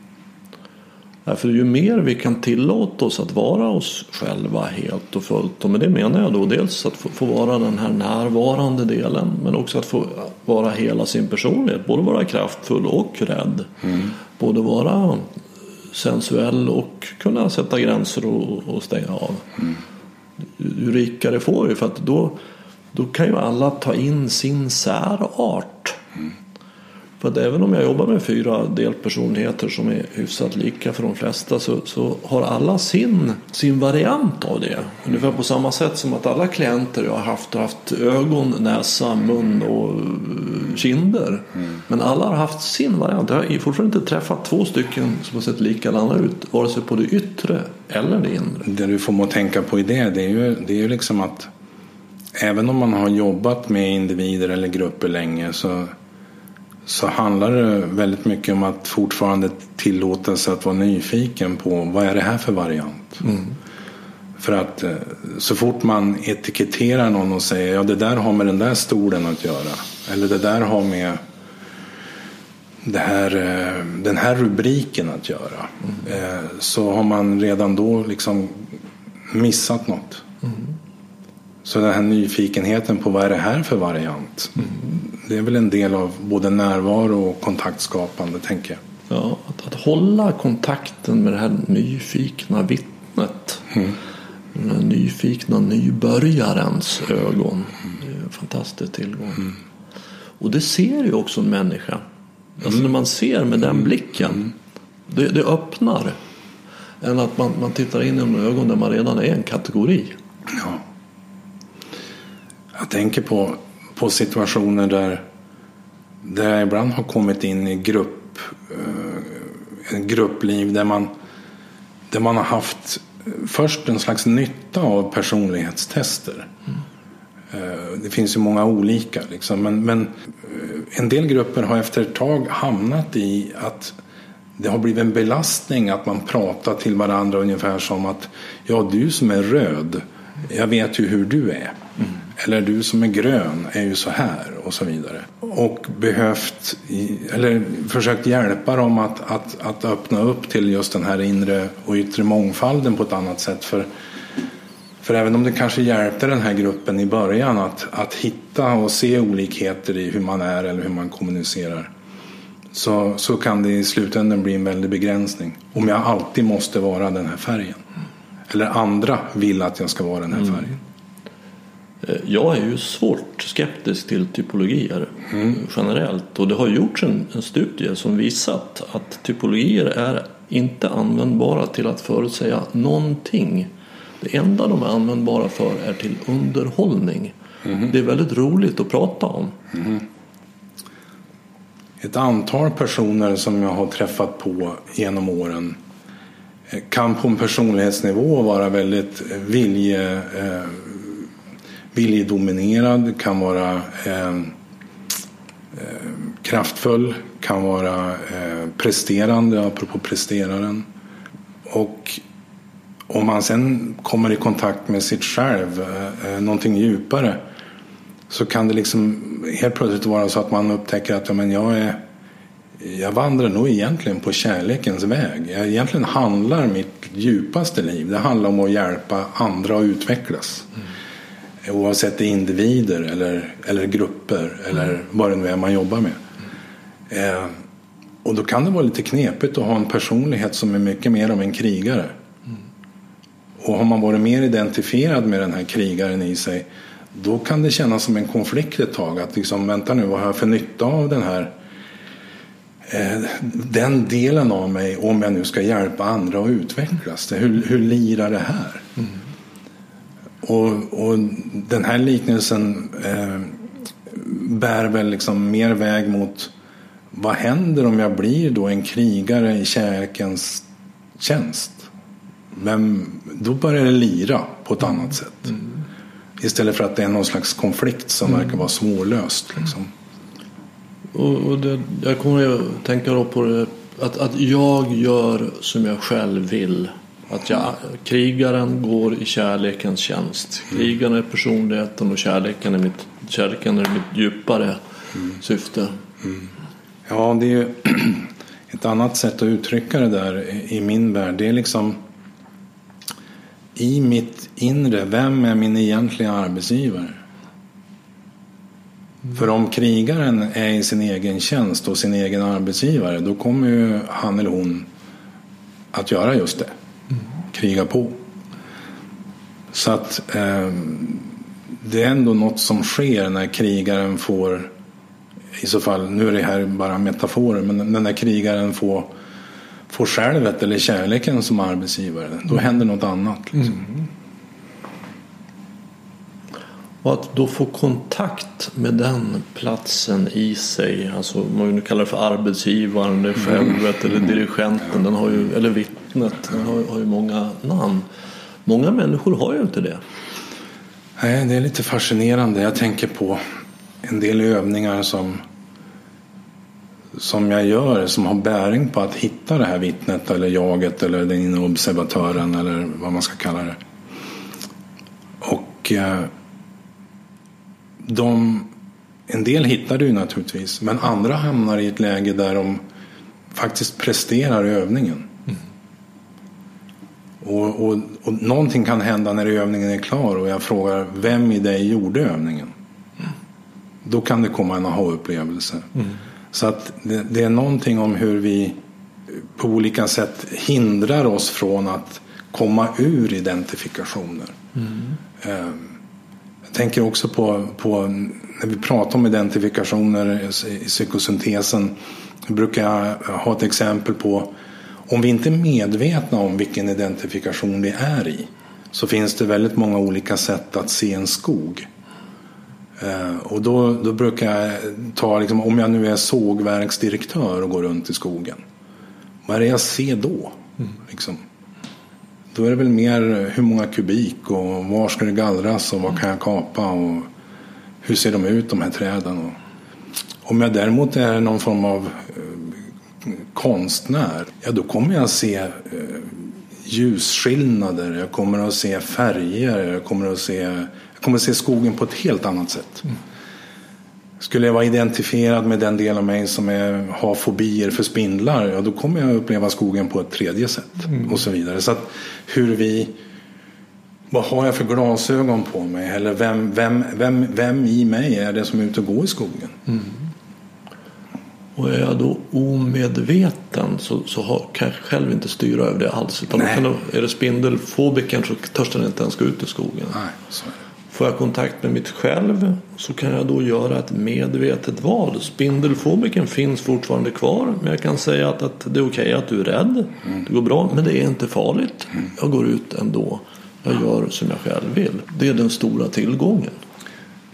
Ja, för ju mer vi kan tillåta oss att vara oss själva helt och fullt, och med det menar jag då dels att få, få vara den här närvarande delen, men också att få vara hela sin personlighet, både vara kraftfull och rädd, mm. både vara sensuell och kunna sätta gränser och, och stänga av. Mm. Ju rikare får vi, för att då, då kan ju alla ta in sin särart. Mm. För att även om jag jobbar med fyra delpersonligheter som är hyfsat lika för de flesta, så, så har alla sin, sin variant av det. Ungefär på samma sätt som att alla klienter jag har haft har haft ögon, näsa, mun och kinder. Mm. Men alla har haft sin variant. Jag har fortfarande inte träffat två stycken som har sett likadana ut, vare sig på det yttre eller det inre. Det du får må tänka på i det, det är ju, det är ju liksom att även om man har jobbat med individer eller grupper länge, så så handlar det väldigt mycket om att fortfarande tillåta sig att vara nyfiken på vad är det här för variant. Mm. För att så fort man etiketterar någon och säger ja, det där har med den där stolen att göra, eller det där har med det här, den här rubriken att göra, mm. så har man redan då liksom missat något. Mm. Så den här nyfikenheten på vad är det här för variant, mm. det är väl en del av både närvaro och kontaktskapande, tänker jag. Ja, att, att hålla kontakten med det här nyfikna vittnet, mm. den här nyfikna nybörjarens ögon, mm. det är en fantastisk tillgång. Mm. Och det ser ju också en människa. Alltså mm. när man ser med den blicken, mm. det, det öppnar än att man, man tittar in i en ögon där man redan är en kategori. Ja. Jag tänker på, på situationer där, där jag ibland har kommit in i grupp, eh, gruppliv där man, där man har haft först en slags nytta av personlighetstester. Mm. Eh, det finns ju många olika liksom, men, men en del grupper har efter ett tag hamnat i att det har blivit en belastning att man pratar till varandra ungefär som att ja, du som är röd, jag vet ju hur du är. Mm. Eller du som är grön är ju så här och så vidare. Och behövt, eller försökt hjälpa dem att, att, att öppna upp till just den här inre och yttre mångfalden på ett annat sätt. För, för även om det kanske hjälpte den här gruppen i början att, att hitta och se olikheter i hur man är eller hur man kommunicerar, så, så kan det i slutändan bli en väldig begränsning. Om jag alltid måste vara den här färgen. Eller andra vill att jag ska vara den här färgen. Mm. Jag är ju svårt skeptisk till typologier mm. generellt, och det har gjorts en, en studie som visat att typologier är inte användbara till att förutsäga någonting. Det enda de är användbara för är till underhållning. Mm. Det är väldigt roligt att prata om. Mm. ett antal personer som jag har träffat på genom åren kan på en personlighetsnivå vara väldigt vilje, eh, viljedominerad, kan vara eh, eh, kraftfull, kan vara eh, presterande, apropå presteraren. Och om man sen kommer i kontakt med sitt själv, eh, någonting djupare, så kan det liksom helt plötsligt vara så att man upptäcker att ja, men jag är jag vandrar nog egentligen på kärlekens väg. Jag egentligen handlar mitt djupaste liv. Det handlar om att hjälpa andra att utvecklas. Mm. Oavsett det är individer eller, eller grupper eller mm. vad det nu är man jobbar med. Mm. Eh, och då kan det vara lite knepigt att ha en personlighet som är mycket mer av en krigare. Mm. Och har man varit mer identifierad med den här krigaren i sig, då kan det kännas som en konflikt ett tag. Att liksom, vänta nu, vad har jag för nytta av den här den delen av mig om jag nu ska hjälpa andra att utvecklas? Hur, hur lirar det här? Mm. Och, och den här liknelsen eh, bär väl liksom mer väg mot vad händer om jag blir då en krigare i kärlekens tjänst? Men då börjar det lira på ett annat sätt. Mm. Istället för att det är någon slags konflikt som mm. verkar vara svårlöst liksom. Och, och det, jag kommer att tänka då på det, att, att jag gör som jag själv vill. Att jag, krigaren går i kärlekens tjänst. Krigaren är personligheten och kärleken är mitt, kärleken är mitt djupare mm. syfte. Mm. Ja, det är ju ett annat sätt att uttrycka det där i min värld. Det är liksom i mitt inre, vem är min egentliga arbetsgivare? För om krigaren är i sin egen tjänst och sin egen arbetsgivare, då kommer ju han eller hon att göra just det. Mm. Kriga på. Så att eh, det är ändå något som sker när krigaren får, i så fall, nu är det här bara metaforer, men när krigaren får, får självet eller kärleken som arbetsgivare, då mm. händer något annat. Liksom. Mm. Och att då få kontakt med den platsen i sig, alltså man nu kallar det för arbetsgivaren, det självet eller dirigenten, den har ju, eller vittnet, den har, har ju många namn. Många människor har ju inte det. Nej, det är lite fascinerande. Jag tänker på en del övningar som som jag gör, som har bäring på att hitta det här vittnet eller jaget eller den observatören eller vad man ska kalla det. Och eh, De, en del hittar du ju naturligtvis, men andra hamnar i ett läge där de faktiskt presterar övningen. Mm. Och, och, och någonting kan hända när övningen är klar och jag frågar, vem i dig gjorde övningen? Mm. Då kan det komma en aha-upplevelse. Mm. Så att det, det är någonting om hur vi på olika sätt hindrar oss från att komma ur identifikationer. Mm. Um, Jag tänker också på, på när vi pratar om identifikationer i psykosyntesen, brukar jag ha ett exempel på, om vi inte är medvetna om vilken identifikation vi är i, så finns det väldigt många olika sätt att se en skog. Eh, och då, då brukar jag ta, liksom, om jag nu är sågverksdirektör och går runt i skogen, vad är det jag ser då? Mm. Liksom. Då är det väl mer hur många kubik och var ska det gallras och vad kan jag kapa och hur ser de ut, de här träden. Och om jag däremot är någon form av eh, konstnär, ja då kommer jag se eh, ljusskillnader, jag kommer att se färger, jag kommer att se, jag kommer att se skogen på ett helt annat sätt. Mm. Skulle jag vara identifierad med den del av mig som är, har fobier för spindlar, ja då kommer jag uppleva skogen på ett tredje sätt. Mm. Och så vidare. Så att hur vi, vad har jag för glasögon på mig? Eller vem, vem, vem, vem i mig är det som är ute och går i skogen? Mm. Och är jag då omedveten så, så har, kan jag själv inte styra över det alls. Utan då kan det, är det spindelfobiken så törs den inte ens gå ut i skogen. Nej, så är det. Får jag kontakt med mitt själv så kan jag då göra ett medvetet val. Spindelfobiken finns fortfarande kvar, men jag kan säga att, att det är okej att du är rädd. Mm. Det går bra, men det är inte farligt. Mm. Jag går ut ändå. Jag gör som jag själv vill. Det är den stora tillgången.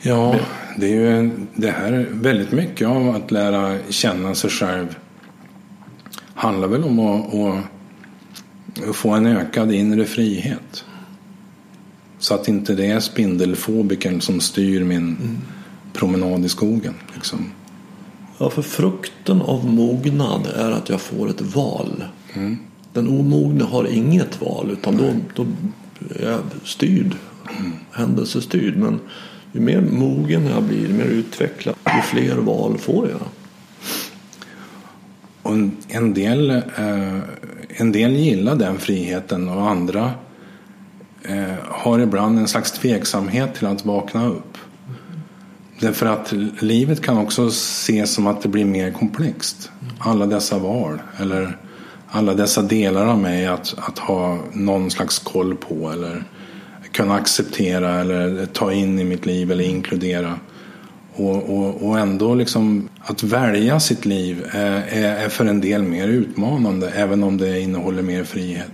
Ja, det är ju det här väldigt mycket av att lära känna sig själv handlar väl om att, att få en ökad inre frihet. Så att inte det är spindelfobiken som styr min mm. promenad i skogen. Liksom. Ja, för frukten av mognad är att jag får ett val. Mm. Den omogne har inget val, utan då, då är jag styrd, mm. händelsestyrd. Men ju mer mogen jag blir, ju mer utvecklad, ju fler val får jag. Och en del, eh, en del gillar den friheten och andra eh, har ibland en slags tveksamhet till att vakna upp. Mm. Därför att livet kan också ses som att det blir mer komplext. Mm. Alla dessa val eller alla dessa delar av mig att, att ha någon slags koll på eller kunna acceptera eller ta in i mitt liv eller inkludera. Och, och, och ändå liksom att välja sitt liv är, är för en del mer utmanande, även om det innehåller mer frihet.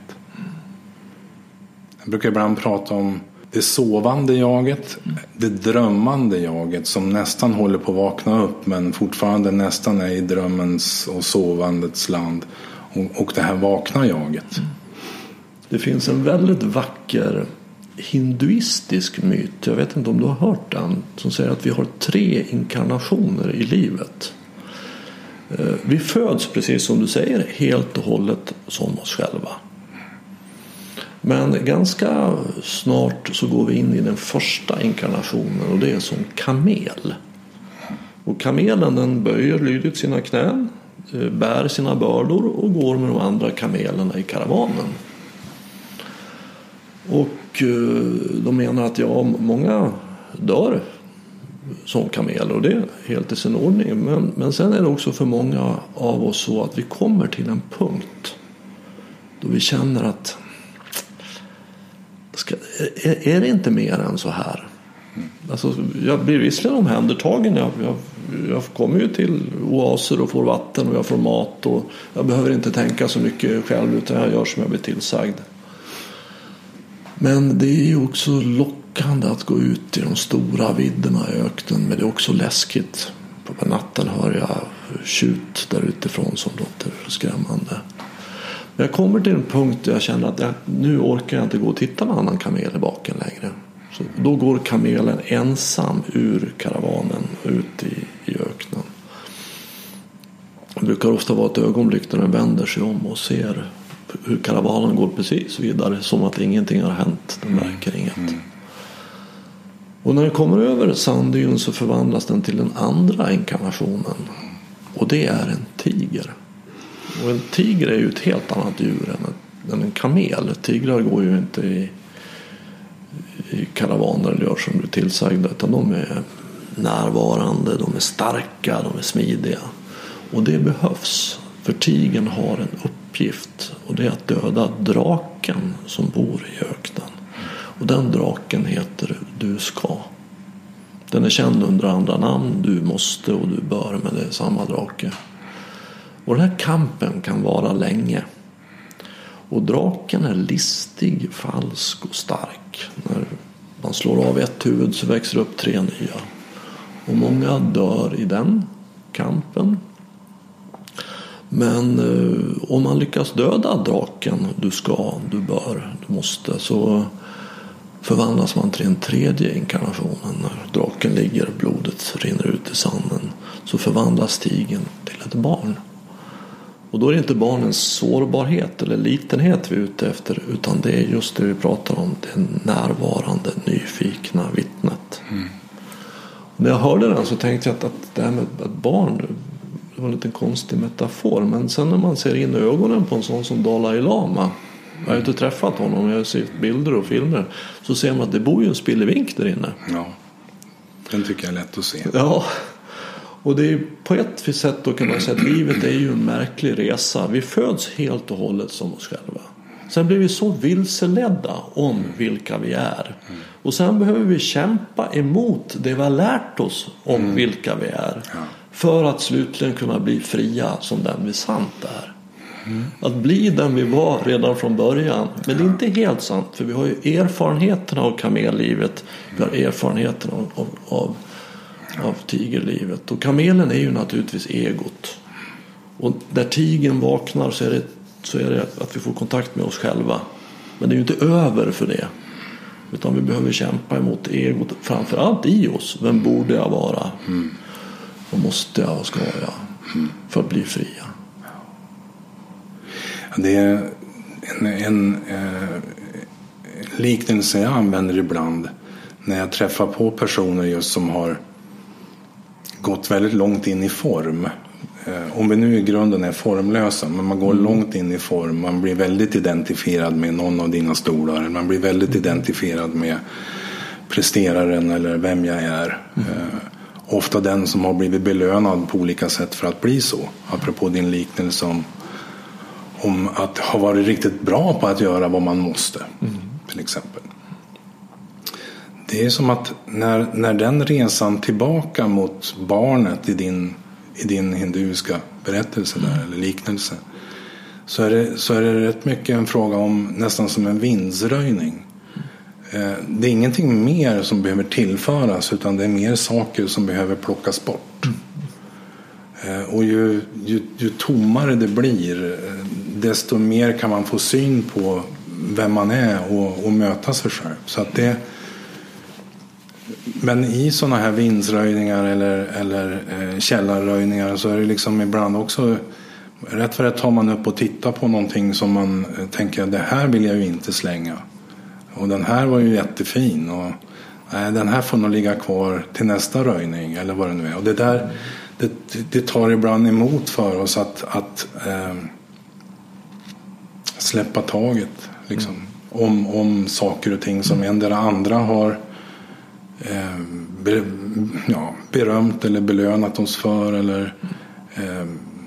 Jag brukar ibland prata om det sovande jaget, det drömmande jaget som nästan håller på att vakna upp men fortfarande nästan är i drömmens och sovandets land, och, och det här vakna jaget. Det finns en väldigt vacker hinduistisk myt, jag vet inte om du har hört den, som säger att vi har tre inkarnationer i livet. Vi föds, precis som du säger, helt och hållet som oss själva. Men ganska snart så går vi in i den första inkarnationen, och det är som kamel. Och kamelen, den böjer lydigt sina knän, bär sina bördor och går med de andra kamelerna i karavanen. Och de menar att ja, många dör som kameler, och det är helt i sin ordning. Men, men sen är det också för många av oss så att vi kommer till en punkt då vi känner att ska, är, är det inte mer än så här? Alltså, jag blir visserligen omhändertagen. Jag, jag, jag kommer ju till oaser och får vatten och jag får mat, och jag behöver inte tänka så mycket själv, utan jag gör som jag blir tillsagd. Men det är ju också lockande att gå ut i de stora vidderna i öknen, men det är också läskigt. På natten hör jag tjut där utifrån som låter skrämmande. Men jag kommer till en punkt där jag känner att jag, nu orkar jag inte gå och titta med annan kamel i baken längre. Så då går kamelen ensam ur karavanen ut i, i öknen. Det brukar ofta vara ett ögonblick när den vänder sig om och ser hur karavanen går precis vidare, som att ingenting har hänt. Den märker inget. Mm. Och när den kommer över sanddyn så förvandlas den till den andra inkarnationen, och det är en tiger. Och en tiger är ju ett helt annat djur än en kamel. Tigrar går ju inte i, i karavaner eller gör som du tillsagda, utan de är närvarande, de är starka, de är smidiga. Och det behövs, för tigern har en uppgift, och det är att döda draken som bor i öknen. Och den draken heter Du ska. Den är känd under andra namn, Du måste och Du bör, men det är samma drake. Och den här kampen kan vara länge. Och draken är listig, falsk och stark. När man slår av ett huvud så växer upp tre nya. Och många dör i den kampen. Men eh, om man lyckas döda draken, Du ska, Du bör, Du måste, så förvandlas man till en tredje inkarnationen. När draken ligger, blodet rinner ut i sanden, så förvandlas tigern till ett barn. Och då är det inte barnens sårbarhet eller litenhet vi är ute efter, utan det är just det vi pratar om, det närvarande, nyfikna vittnet. Mm. Och när jag hörde den så tänkte jag att, att det här med ett barn, det var en liten konstig metafor. Men sen när man ser in i ögonen på en sån som Dalai Lama, jag har inte träffat honom, jag har sett bilder och filmer, så ser man att det bor ju en spillevink där inne. Ja, den tycker jag är lätt att se. Ja. Och det är på ett sätt då kan man säga att livet är ju en märklig resa. Vi föds helt och hållet som oss själva. Sen blir vi så vilseledda om vilka vi är. Och sen behöver vi kämpa emot det vi har lärt oss om mm. vilka vi är. För att slutligen kunna bli fria som den vi sant är. Mm. Att bli den vi var redan från början. Men det är inte helt sant. För vi har ju erfarenheterna av kamellivet. Vi har erfarenheterna av, av, av, av tigerlivet. Och kamelen är ju naturligtvis egot. Och när tigern vaknar så är det, så är det att vi får kontakt med oss själva. Men det är ju inte över för det. Utan vi behöver kämpa emot egot. Framförallt i oss. Vem borde jag vara? Mm. Vad måste jag och ska jag? Mm. För att bli fria. Det är en, en eh, liknelse jag använder ibland. När jag träffar på personer just som har gått väldigt långt in i form. Om vi nu i grunden är formlösa, men man går mm. långt in i form, man blir väldigt identifierad med någon av dina stolar, man blir väldigt identifierad med presteraren eller vem jag är. Mm. Eh, ofta den som har blivit belönad på olika sätt för att bli så. Apropå din liknelse om, om att ha varit riktigt bra på att göra vad man måste, mm. till exempel. Det är som att när, när den resan tillbaka mot barnet i din i din hinduiska berättelse där, mm. eller liknelse, så är, det, så är det rätt mycket en fråga om nästan som en vindsröjning. Eh, det är ingenting mer som behöver tillföras, utan det är mer saker som behöver plockas bort. Mm. Eh, och ju, ju, ju tommare det blir, desto mer kan man få syn på vem man är och, och möta sig själv. Så att det Men i sådana här vindsröjningar eller, eller eh, källarröjningar så är det liksom ibland också rätt för det tar man upp och tittar på någonting som man eh, tänker det här vill jag ju inte slänga. Och den här var ju jättefin och nej, den här får nog ligga kvar till nästa röjning eller vad det nu är. Och det där det, det tar ibland emot för oss att, att eh, släppa taget liksom, mm. om, om saker och ting som en eller andra har Eh, ber, ja, berömt eller belönat oss för eller eh,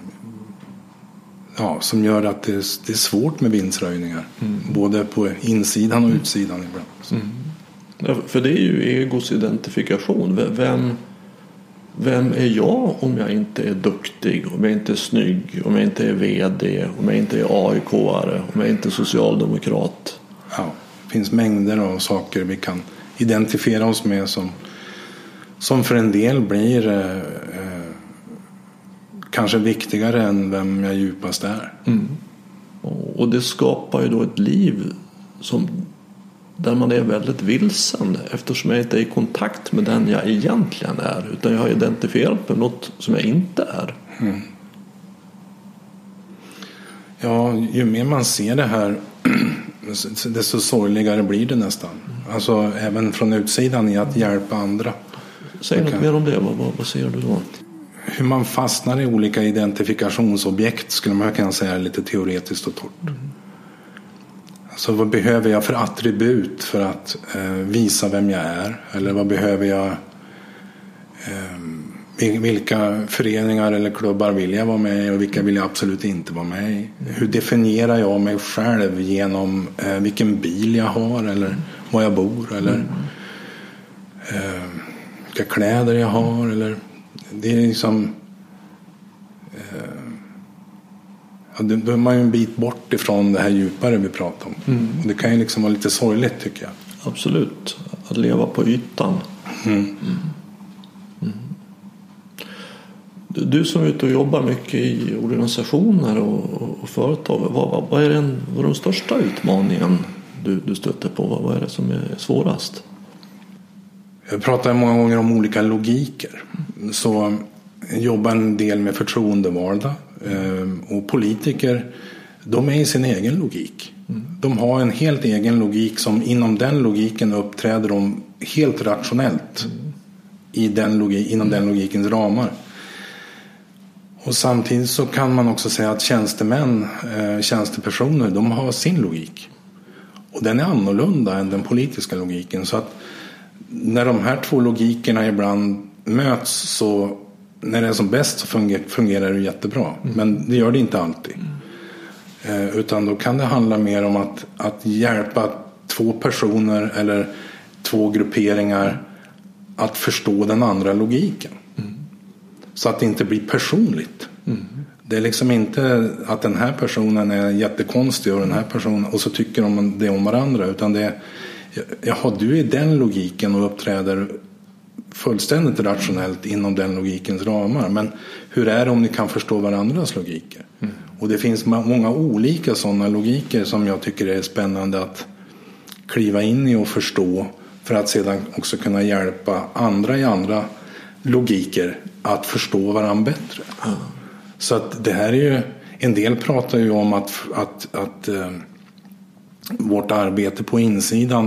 ja, som gör att det, det är svårt med vindsröjningar mm. både på insidan och utsidan ibland. Mm. Ja, för det är ju egos identifikation. Vem, vem är jag om jag inte är duktig, om jag inte är snygg, om jag inte är vd, om jag inte är A I K-are, om jag inte är socialdemokrat? Ja, det finns mängder av saker vi kan identifiera oss med som, som för en del blir eh, eh, kanske viktigare än vem jag djupast är. Mm. Och det skapar ju då ett liv som, där man är väldigt vilsen eftersom jag inte är i kontakt med den jag egentligen är, utan jag har identifierat med något som jag inte är. Mm. Ja, ju mer man ser det här desto sorgligare blir det nästan. Alltså även från utsidan i att hjälpa andra. Säg något kan... mer om det. Vad, vad, vad ser du då? Hur man fastnar i olika identifikationsobjekt skulle man kunna säga lite teoretiskt och torrt. Mm. Alltså vad behöver jag för attribut för att eh, visa vem jag är? Eller vad behöver jag eh, vilka föreningar eller klubbar vill jag vara med i och vilka vill jag absolut inte vara med i? Hur definierar jag mig själv genom eh, vilken bil jag har eller var jag bor eller eh, vilka kläder jag har eller det är liksom eh, ja, då är man ju en bit bort ifrån det här djupare vi pratar om. Mm. Och det kan ju liksom vara lite sorgligt tycker jag. Absolut, att leva på ytan. Mm. Mm. Du som är ute och jobbar mycket i organisationer och, och, och företag, vad, vad, är den, vad är den största utmaningen du, du stöter på? Vad, vad är det som är svårast? Jag pratar många gånger om olika logiker. Så jag jobbar en del med förtroendevalda och politiker. De är i sin egen logik. De har en helt egen logik som inom den logiken uppträder de helt rationellt i den logik, inom den logikens ramar. Och samtidigt så kan man också säga att tjänstemän, eh, tjänstepersoner, de har sin logik. Och den är annorlunda än den politiska logiken. Så att när de här två logikerna ibland möts så när det är som bäst så funger, fungerar det jättebra. Mm. Men det gör det inte alltid. Mm. Eh, utan då kan det handla mer om att, att hjälpa två personer eller två grupperingar att förstå den andra logiken. Så att det inte blir personligt. Mm. Det är liksom inte att den här personen är jättekonstig och den här personen, och så tycker de det om varandra, utan det är, jaha, du är den logiken och uppträder fullständigt rationellt inom den logikens ramar, men hur är det om ni kan förstå varandras logiker? Mm. Och det finns många olika sådana logiker som jag tycker är spännande att kliva in i och förstå, för att sedan också kunna hjälpa andra i andra logiker att förstå varandra bättre. Mm. Så att det här är ju, en del pratar ju om att, att, att eh, vårt arbete på insidan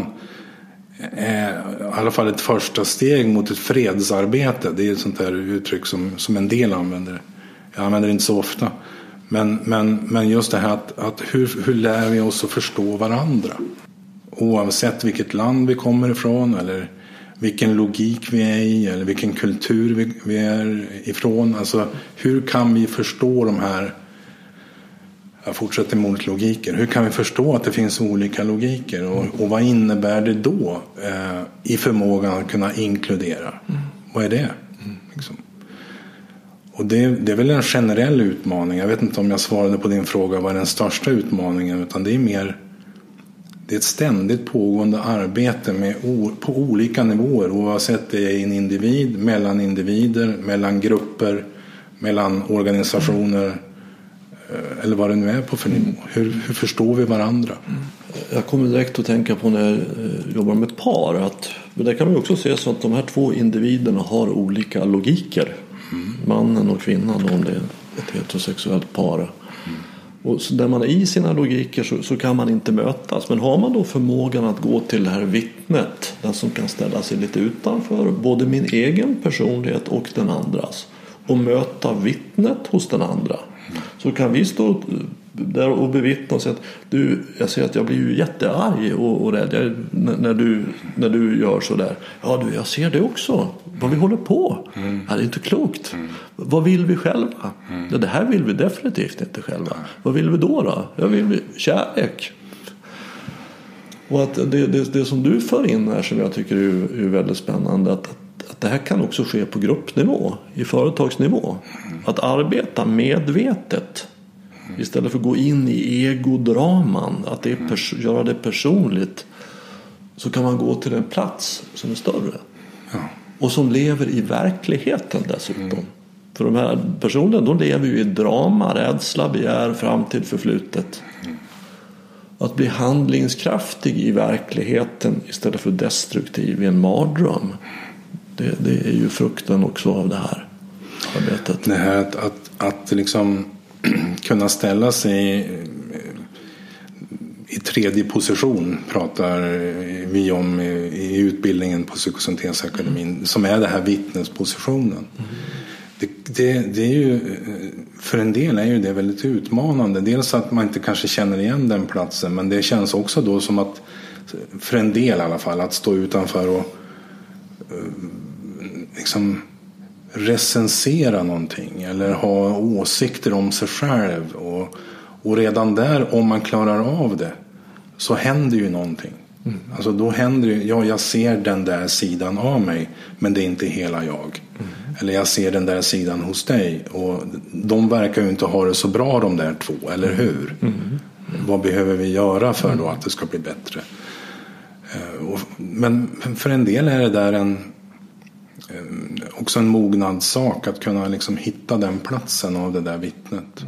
är i alla fall ett första steg mot ett fredsarbete. Det är ett sånt där uttryck som, som en del använder. Jag använder det inte så ofta. Men, men, men just det här att, att hur, hur lär vi oss att förstå varandra? Oavsett vilket land vi kommer ifrån, eller vilken logik vi är i, eller vilken kultur vi, vi är ifrån. Alltså, hur kan vi förstå de här, jag fortsätter mot logiker, hur kan vi förstå att det finns olika logiker, och, och vad innebär det då eh, i förmågan att kunna inkludera? Mm. Vad är det? Mm. Liksom. Och det, det är väl en generell utmaning. Jag vet inte om jag svarade på din fråga vad är den största utmaningen, utan det är mer, det är ett ständigt pågående arbete med, på olika nivåer, oavsett det är en individ, mellan individer, mellan grupper, mellan organisationer, eller vad det nu är på för nivå. Hur, hur förstår vi varandra? Jag kommer direkt att tänka på när jag jobbar med ett par, att det kan man också se så att de här två individerna har olika logiker. Mm. Mannen och kvinnan, om det är ett heterosexuellt par. Mm. Och så där man är i sina logiker så, så kan man inte mötas. Men har man då förmågan att gå till det här vittnet, den som kan ställa sig lite utanför både min egen personlighet och den andras, och möta vittnet hos den andra, så kan vi stå där och bevittna och säga att du, jag ser att jag blir ju jättearg och, och rädd jag, när, du, när du gör så där. Ja du, jag ser det också. Vad vi håller på. Mm. Ja, det är inte klokt. Mm. Vad vill vi själva? Mm. Ja, det här vill vi definitivt inte själva. Mm. Vad vill vi då då? Jag vill vi kärlek. Och att det, det, det som du för in här, som jag tycker är, är väldigt spännande, att, att, att det här kan också ske på gruppnivå, i företagsnivå. Mm. Att arbeta medvetet istället för att gå in i egodraman, att det är pers- göra det personligt, så kan man gå till en plats som är större. Ja. Och som lever i verkligheten dessutom. Mm. För de här personerna, de lever ju i drama, rädsla, begär, framtid, förflutet. Mm. Att bli handlingskraftig i verkligheten istället för destruktiv i en mardröm, det, det är ju frukten också av det här arbetet. Det här att, att, att liksom kunna ställa sig i, i tredje position pratar vi om i, i utbildningen på Psykosyntesakademin, mm. som är det här vittnespositionen. Mm. Det, det, det är ju, för en del är ju det väldigt utmanande. Dels att man inte kanske känner igen den platsen, men det känns också då som att, för en del i alla fall, att stå utanför och liksom recensera någonting eller ha åsikter om sig själv, och, och redan där, om man klarar av det, så händer ju någonting. Mm. Alltså då händer ju, ja, jag ser den där sidan av mig, men det är inte hela jag. Mm. Eller jag ser den där sidan hos dig, och de verkar ju inte ha det så bra, de där två, eller hur? Mm. Mm. Vad behöver vi göra för då att det ska bli bättre? Uh, och, men för en del är det där en också en mognadssak att kunna liksom hitta den platsen av det där vittnet.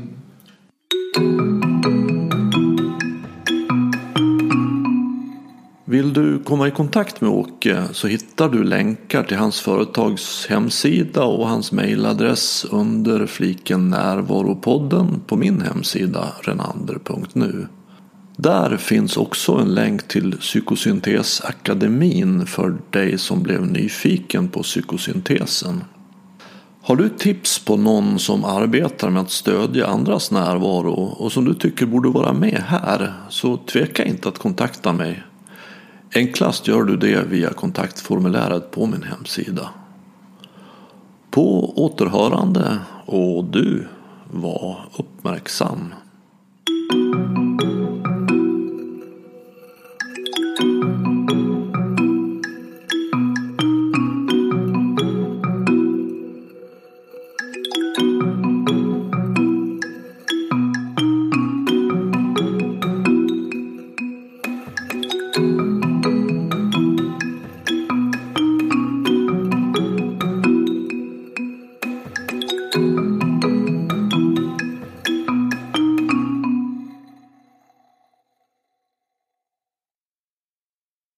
Vill du komma i kontakt med Åke så hittar du länkar till hans företags hemsida och hans mejladress under fliken Närvaropodden på min hemsida renander punkt nu. Där finns också en länk till Psykosyntesakademin för dig som blev nyfiken på psykosyntesen. Har du tips på någon som arbetar med att stödja andras närvaro och som du tycker borde vara med här, så tveka inte att kontakta mig. Enklast gör du det via kontaktformuläret på min hemsida. På återhörande, och du var uppmärksam.